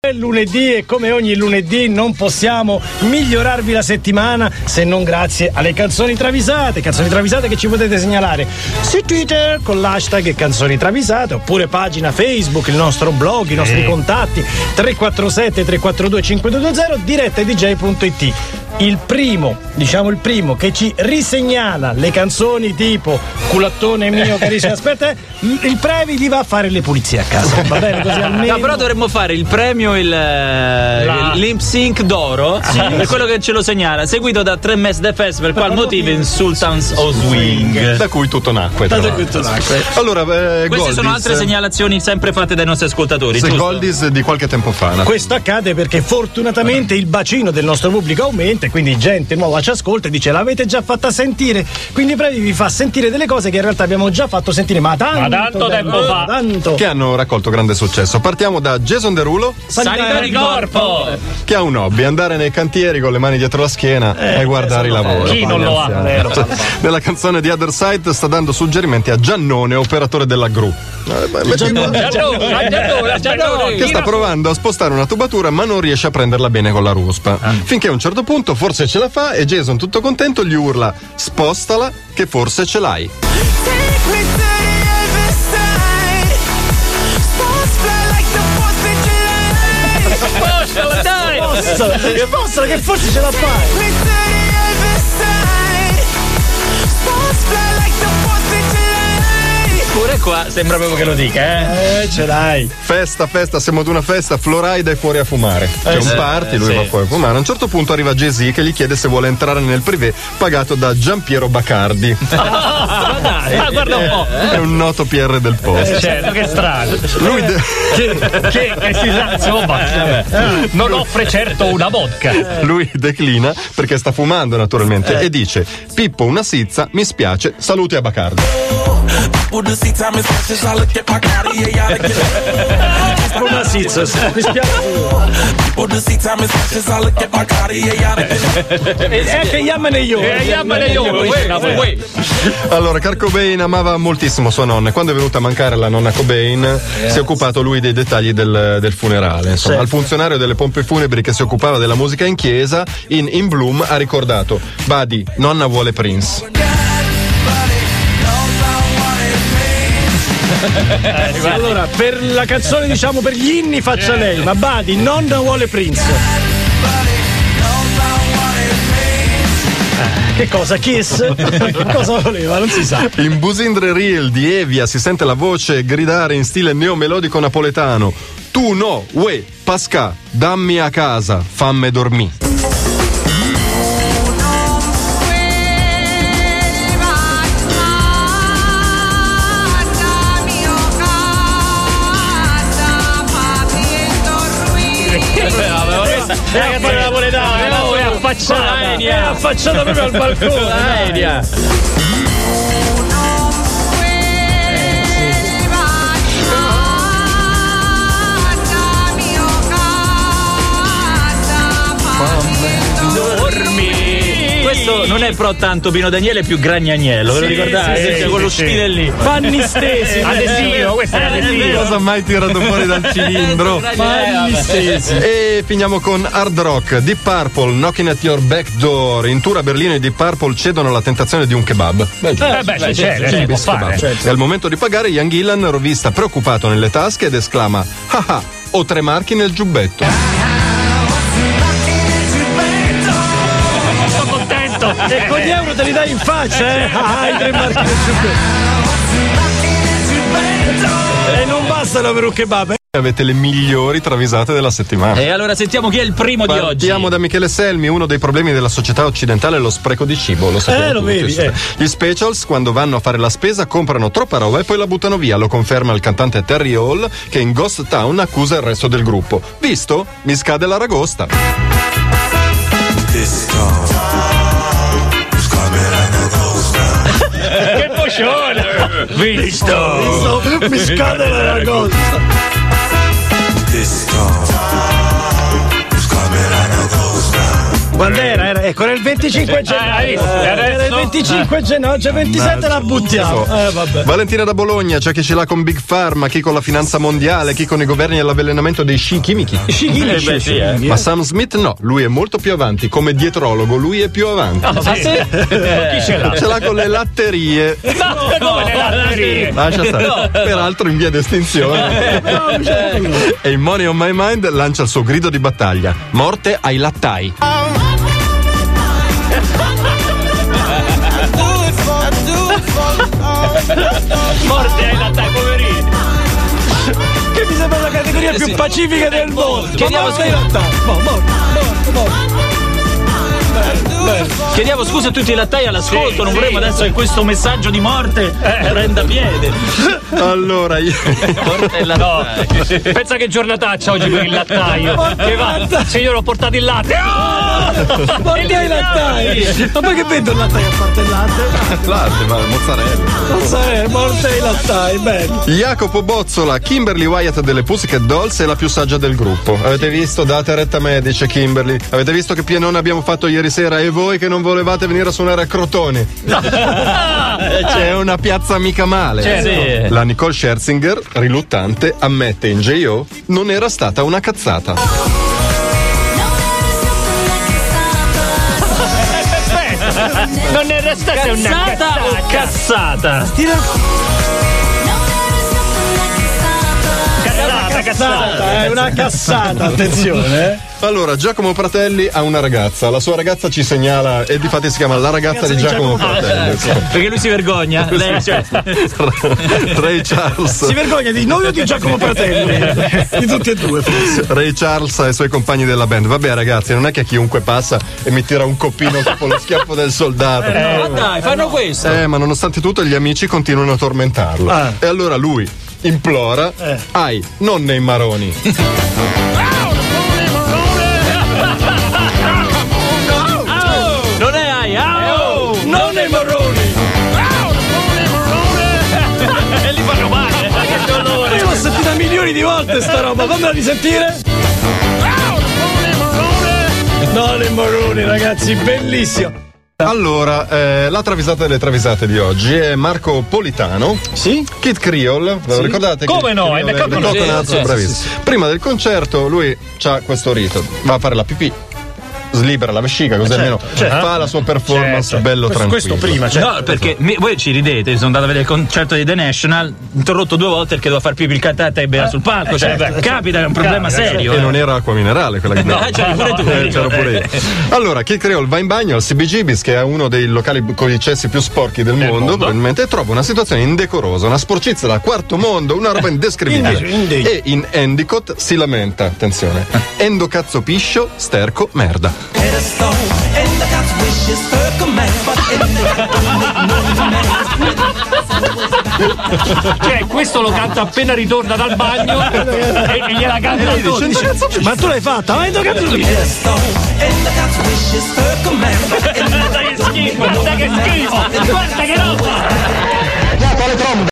È lunedì e come ogni lunedì non possiamo migliorarvi la settimana se non grazie alle canzoni travisate che ci potete segnalare su Twitter con l'hashtag canzoni travisate oppure pagina Facebook, il nostro blog, i nostri contatti 347 342 5220 direttadj.it. Il primo che ci risegnala le canzoni tipo culattone mio che dice aspetta, il premio gli va a fare le pulizie a casa, va bene? Così almeno. No, però dovremmo fare il premio, il lip sync d'oro per quello che ce lo segnala, seguito da 3 mesi de fest per qual motivo in Sultans of Swing, da cui tutto nacque. Allora, queste Goldies, sono altre segnalazioni sempre fatte dai nostri ascoltatori. Goldies di qualche tempo fa. Questo accade perché fortunatamente il bacino del nostro pubblico aumenta e quindi gente nuova ci ascolta e dice l'avete già fatta sentire, quindi Previ vi fa sentire delle cose che in realtà abbiamo già fatto sentire ma tanto tempo fa, che hanno raccolto grande successo. Partiamo da Jason Derulo, Sanità di corpo, che ha un hobby, andare nei cantieri con le mani dietro la schiena e guardare i lavori. Chi non lo ha? Nella canzone di Other Side sta dando suggerimenti a Giannone, operatore della gru, che sta provando a spostare una tubatura ma non riesce a prenderla bene con la ruspa, finché a un certo punto forse ce la fa e Jason, tutto contento, gli urla: spostala che forse ce l'hai. spostala dai, spostala che forse ce la fai. Pure qua sembra proprio che lo dica, ce l'hai. Festa, siamo ad una festa, Florida è fuori a fumare. C'è un party, lui va fuori a fumare. A un certo punto arriva Jay-Z che gli chiede se vuole entrare nel privé pagato da Giampiero Bacardi. Guarda un po'. È un noto PR del posto. Certo, che strano. Lui che si sa, insomma, non offre certo una vodka. Lui declina perché sta fumando naturalmente e dice: Pippo, una sizza, mi spiace, saluti a Bacardi. Una sizza, mi spiace. Che yammene io. Allora, Kurt Cobain amava moltissimo sua nonna e quando è venuta a mancare la nonna Cobain si è occupato lui dei dettagli del funerale. Insomma, al funzionario delle pompe funebri che si occupava della musica in chiesa, in Bloom ha ricordato: Buddy, nonna vuole Prince. Allora, per la canzone, diciamo, per gli inni faccia lei, ma Buddy, nonna vuole Prince. Che cosa? Kiss? Che cosa voleva? Non si sa. In Busindre Reel di Evia si sente la voce gridare in stile neomelodico napoletano: tu no, uè, Pasca, dammi a casa, famme dormì. Ragazzi, napoletano, è affacciata proprio al balcone. Questo non è però tanto Pino Daniele, è più Gragnaniello, ve lo ricordate? Con lo stile lì. Panni stesi. Adesivo, questo è adesivo. Cosa mai tirato fuori dal cilindro? Panni stesi. E finiamo con hard rock. Deep Purple, Knocking at Your Back Door. In tour a Berlino i Deep Purple cedono alla tentazione di un kebab. Può fare. E al momento di pagare Ian Gillan rovista preoccupato nelle tasche ed esclama: ah, ho 3 marchi nel giubbetto. E con gli euro te li dai in faccia, i 3 marchi del giubbetto. E non bastano per un kebab. Avete le migliori travisate della settimana. E allora sentiamo chi è il primo di oggi. Partiamo da Michele Selmi. Uno dei problemi della società occidentale è lo spreco di cibo. Lo sapete lo tutti. vedi. Gli specials, quando vanno a fare la spesa, comprano troppa roba e poi la buttano via. Lo conferma il cantante Terry Hall, che in Ghost Town accusa il resto del gruppo. Visto? Mi scade l'aragosta. Che vocione! Visto! Mi scade l'aragosta. Quando era Ecco, era il 25 gennaio. Era il 25 gennaio, oggi è 27 la buttiamo. Vabbè. Valentina da Bologna, c'è chi ce l'ha con Big Pharma, chi con la finanza mondiale, chi con i governi e l'avvelenamento dei sci chimici. Ma Sam Smith no, lui è molto più avanti, come dietrologo lui è più avanti. Chi ce l'ha? Ce l'ha con le latterie. Come le latterie? Lascia stare. Peraltro in via d'estinzione. E in Money on My Mind lancia il suo grido di battaglia: morte ai lattai. Morte ai lattai, poverini. Che mi sembra la categoria più pacifica del mondo. Chiediamo Chiediamo scusa a tutti i lattai all'ascolto, non vorremmo adesso che questo messaggio di morte prenda piede. Allora io. Morte ai lattai. Pensa che giornataccia oggi per il lattaio. Che va? Se io l'ho portato il latte. Morte ai lattai. Ma poi che vendo il lattaio a parte il latte? Latte, ma mozzarella. Morte ai lattai, bello. Jacopo Bozzola, Kimberly Wyatt delle Pussycat Dolls è la più saggia del gruppo. Avete visto? Date retta a me, dice Kimberly. Avete visto che pienone abbiamo fatto ieri sera e voi che non volevate venire a suonare a Crotone? C'è una piazza mica male. Sì. La Nicole Scherzinger, riluttante, ammette in J.O. non era stata una cazzata. Non era stata una Cazzata o cazzata? Cazzata, è una cazzata, attenzione. Allora, Giacomo Pratelli ha una ragazza, la sua ragazza ci segnala e difatti si chiama La ragazza di Giacomo Pratelli. Perché lui si vergogna. Lei, cioè. Ray Charles. Si vergogna di noi o di Giacomo Pratelli? Di tutti e due, forse. Ray Charles e i suoi compagni della band. Vabbè ragazzi, non è che chiunque passa e mi tira un coppino con lo schiaffo del soldato. Ma dai, fanno questo. Ma nonostante tutto gli amici continuano a tormentarlo. E allora lui implora: ai, non nei maroni. Non è ai, Non nei marroni. E li fanno male. Che dolore. Io l'ho sentita milioni di volte sta roba, fammela risentire. Non nei marroni, ragazzi, bellissimo. Allora, la travisata delle travisate di oggi è Marco Politano. Sì? Kid Creole, ve lo ricordate? Come no? È The Coconuts, bravissimo. Prima del concerto lui c'ha questo rito, va a fare la pipì, slibera la vescica, così almeno fa la sua performance bello tranquillo. Questo prima, No, perché voi ci ridete, sono andato a vedere il concerto di The National, interrotto 2 volte perché doveva far pipì il cantante e bere sul palco, capita, è un problema serio. E non era acqua minerale quella che c'eri pure tu. c'ero pure io. Allora, Kid Creole va in bagno al CBGB's, che è uno dei locali con i cessi più sporchi del mondo, probabilmente, e trova una situazione indecorosa, una sporcizia da quarto mondo, una roba indescrivibile. E in Endicott si lamenta, attenzione, endocazzo piscio, sterco, merda. Cioè, questo lo canta appena ritorna dal bagno e gliela canta tutto. Ma tu l'hai fatta? Ma cazzo